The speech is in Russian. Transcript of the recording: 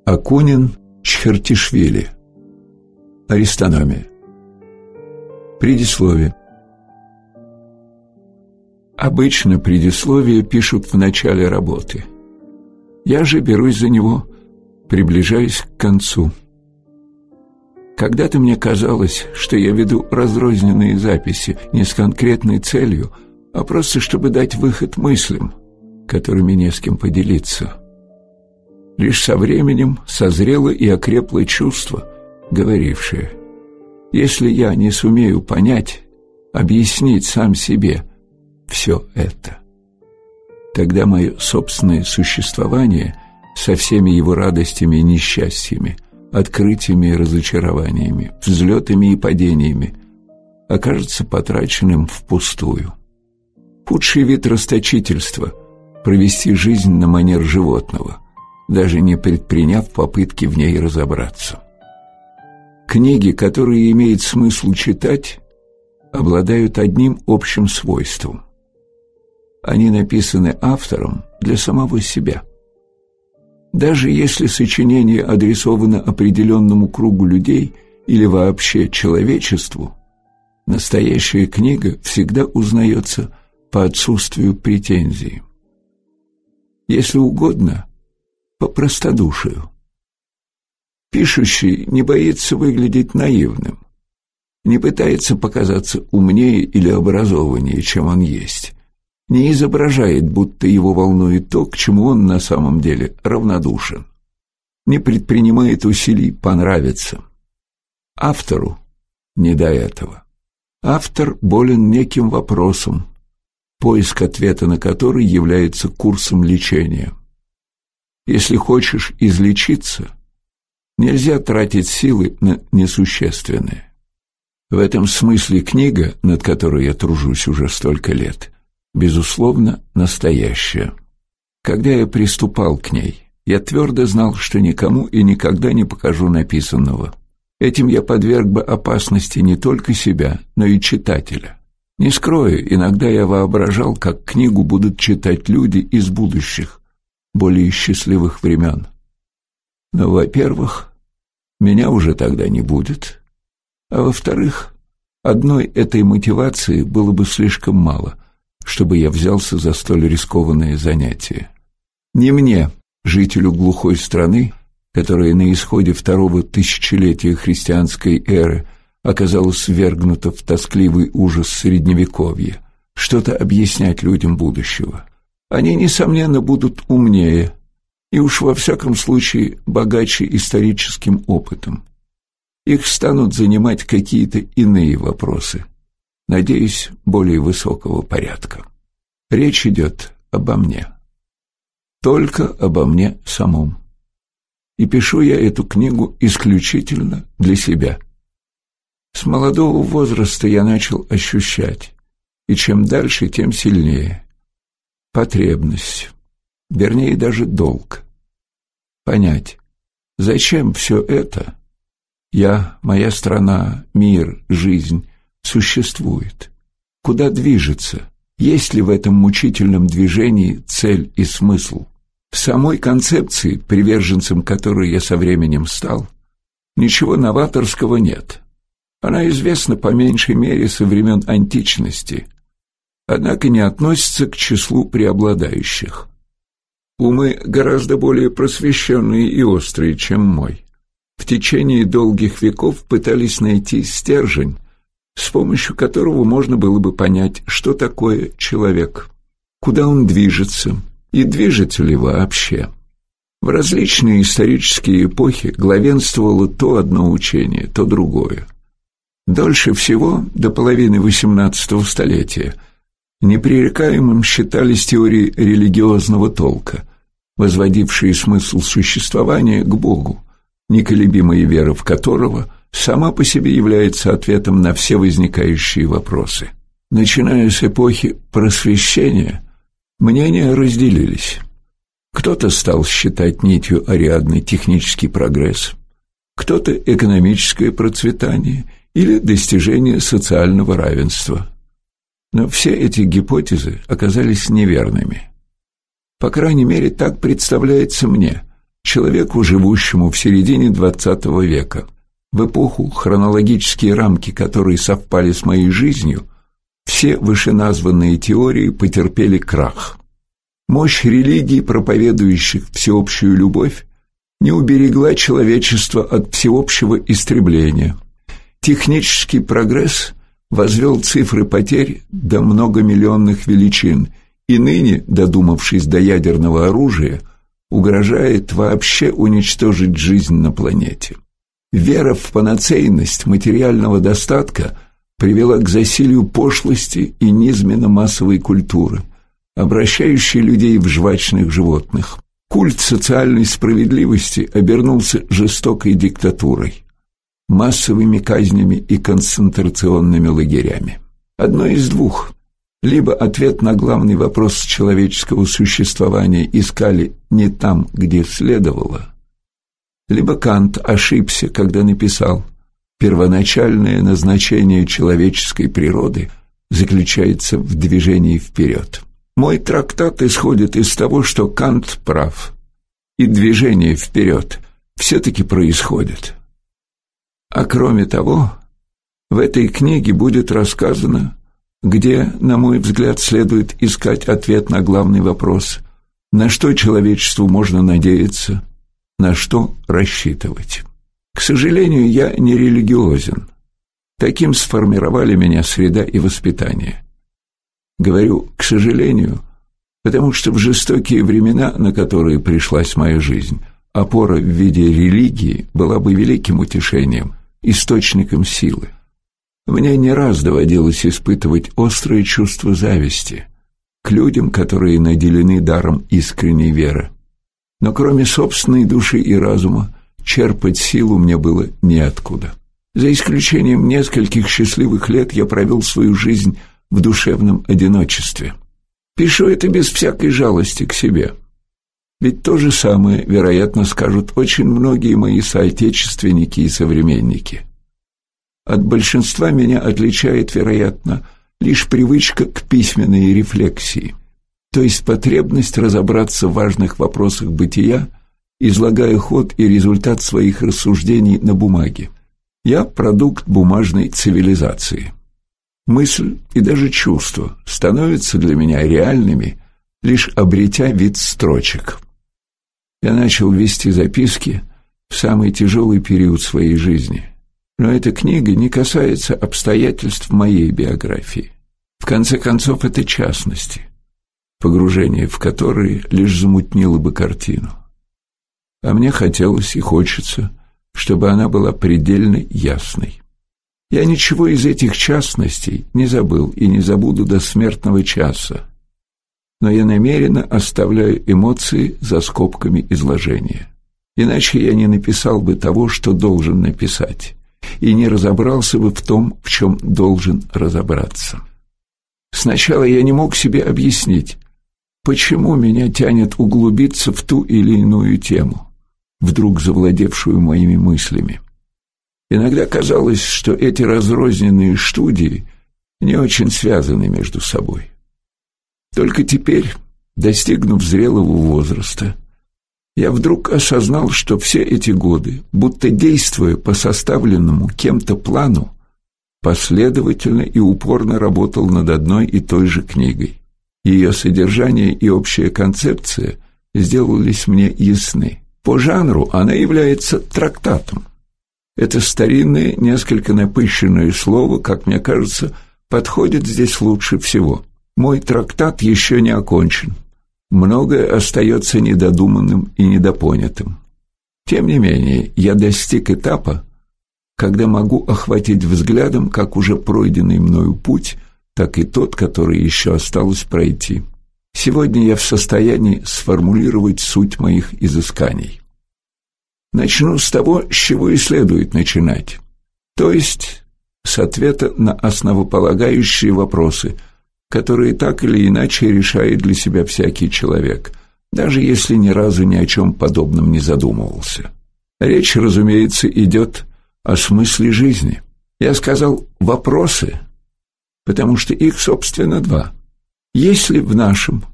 Акунин Чхартишвили. Аристономия. Предисловие. Обычно предисловие пишут в начале работы. Я же берусь за него, приближаясь к концу. Когда-то мне казалось, что я веду разрозненные записи не с конкретной целью, а просто чтобы дать выход мыслям, которыми не с кем поделиться. Лишь со временем созрело и окрепло чувство, говорившее: если я не сумею понять, объяснить сам себе все это, тогда мое собственное существование со всеми его радостями и несчастьями, открытиями и разочарованиями, взлетами и падениями окажется потраченным впустую. Худший вид расточительства — провести жизнь на манер животного, даже не предприняв попытки в ней разобраться. Книги, которые имеет смысл читать, обладают одним общим свойством. Они написаны автором для самого себя. Даже если сочинение адресовано определенному кругу людей или вообще человечеству, настоящая книга всегда узнается по отсутствию претензий. Если угодно, по простодушию. Пишущий не боится выглядеть наивным, не пытается показаться умнее или образованнее, чем он есть, не изображает, будто его волнует то, к чему он на самом деле равнодушен, не предпринимает усилий понравиться. Автору не до этого. Автор болен неким вопросом, поиск ответа на который является курсом лечения. Если хочешь излечиться, нельзя тратить силы на несущественное. В этом смысле книга, над которой я тружусь уже столько лет, безусловно, настоящая. Когда я приступал к ней, я твердо знал, что никому и никогда не покажу написанного. Этим я подверг бы опасности не только себя, но и читателя. Не скрою, иногда я воображал, как книгу будут читать люди из будущих, более счастливых времен. Но, во-первых, меня уже тогда не будет, а во-вторых, одной этой мотивации было бы слишком мало, чтобы я взялся за столь рискованное занятие. Не мне, жителю глухой страны, которая на исходе второго тысячелетия христианской эры оказалась свергнута в тоскливый ужас Средневековья, что-то объяснять людям будущего. Они, несомненно, будут умнее и уж во всяком случае богаче историческим опытом. Их станут занимать какие-то иные вопросы, надеюсь, более высокого порядка. Речь идет обо мне. Только обо мне самом. И пишу я эту книгу исключительно для себя. С молодого возраста я начал ощущать, и чем дальше, тем сильнее, потребность, вернее даже долг, понять, зачем все это, я, моя страна, мир, жизнь, существует, куда движется, есть ли в этом мучительном движении цель и смысл. В самой концепции, приверженцем которой я со временем стал, ничего новаторского нет. Она известна по меньшей мере со времен античности, однако не относится к числу преобладающих. Умы гораздо более просвещенные и острые, чем мой, в течение долгих веков пытались найти стержень, с помощью которого можно было бы понять, что такое человек, куда он движется и движется ли вообще. В различные исторические эпохи главенствовало то одно учение, то другое. Дольше всего, до половины XVIII столетия, непререкаемым считались теории религиозного толка, возводившие смысл существования к Богу, неколебимая вера в которого сама по себе является ответом на все возникающие вопросы. Начиная с эпохи Просвещения, мнения разделились. Кто-то стал считать нитью Ариадны технический прогресс, кто-то экономическое процветание или достижение социального равенства. Но все эти гипотезы оказались неверными. По крайней мере, так представляется мне, человеку, живущему в середине XX века, в эпоху, хронологические рамки которой совпали с моей жизнью, все вышеназванные теории потерпели крах. Мощь религий, проповедующих всеобщую любовь, не уберегла человечество от всеобщего истребления. Технический прогресс возвел цифры потерь до многомиллионных величин, и ныне, додумавшись до ядерного оружия, угрожает вообще уничтожить жизнь на планете. Вера в панацейность материального достатка привела к засилию пошлости и низменно-массовой культуры, обращающей людей в жвачных животных. Культ социальной справедливости обернулся жестокой диктатурой, массовыми казнями и концентрационными лагерями. Одно из двух: либо ответ на главный вопрос человеческого существования искали не там, где следовало, либо Кант ошибся, когда написал: первоначальное назначение человеческой природы заключается в движении вперед. Мой трактат исходит из того, что Кант прав, и движение вперед все-таки происходит. А кроме того, в этой книге будет рассказано, где, на мой взгляд, следует искать ответ на главный вопрос: на что человечеству можно надеяться, на что рассчитывать. К сожалению, я не религиозен. Таким сформировали меня среда и воспитание. Говорю «к сожалению», потому что в жестокие времена, на которые пришлась моя жизнь, опора в виде религии была бы великим утешением, источником силы. Мне не раз доводилось испытывать острое чувство зависти к людям, которые наделены даром искренней веры. Но кроме собственной души и разума, черпать силу мне было неоткуда. За исключением нескольких счастливых лет я провел свою жизнь в душевном одиночестве. Пишу это без всякой жалости к себе. Ведь то же самое, вероятно, скажут очень многие мои соотечественники и современники. От большинства меня отличает, вероятно, лишь привычка к письменной рефлексии, то есть потребность разобраться в важных вопросах бытия, излагая ход и результат своих рассуждений на бумаге. Я продукт бумажной цивилизации. Мысль и даже чувства становятся для меня реальными, лишь обретя вид строчек. Я начал вести записки в самый тяжелый период своей жизни. Но эта книга не касается обстоятельств моей биографии. В конце концов, это частности, погружение в которые лишь замутнило бы картину. А мне хотелось и хочется, чтобы она была предельно ясной. Я ничего из этих частностей не забыл и не забуду до смертного часа, но я намеренно оставляю эмоции за скобками изложения. Иначе я не написал бы того, что должен написать, и не разобрался бы в том, в чем должен разобраться. Сначала я не мог себе объяснить, почему меня тянет углубиться в ту или иную тему, вдруг завладевшую моими мыслями. Иногда казалось, что эти разрозненные студии не очень связаны между собой. Только теперь, достигнув зрелого возраста, я вдруг осознал, что все эти годы, будто действуя по составленному кем-то плану, последовательно и упорно работал над одной и той же книгой. Ее содержание и общая концепция сделались мне ясны. По жанру она является трактатом. Это старинное, несколько напыщенное слово, как мне кажется, подходит здесь лучше всего. Мой трактат еще не окончен. Многое остается недодуманным и недопонятым. Тем не менее, я достиг этапа, когда могу охватить взглядом как уже пройденный мною путь, так и тот, который еще осталось пройти. Сегодня я в состоянии сформулировать суть моих изысканий. Начну с того, с чего и следует начинать, то есть с ответа на основополагающие вопросы, которые так или иначе решает для себя всякий человек, даже если ни разу ни о чем подобном не задумывался. Речь, разумеется, идет о смысле жизни. Я сказал «вопросы», потому что их, собственно, два. Есть ли в нашем,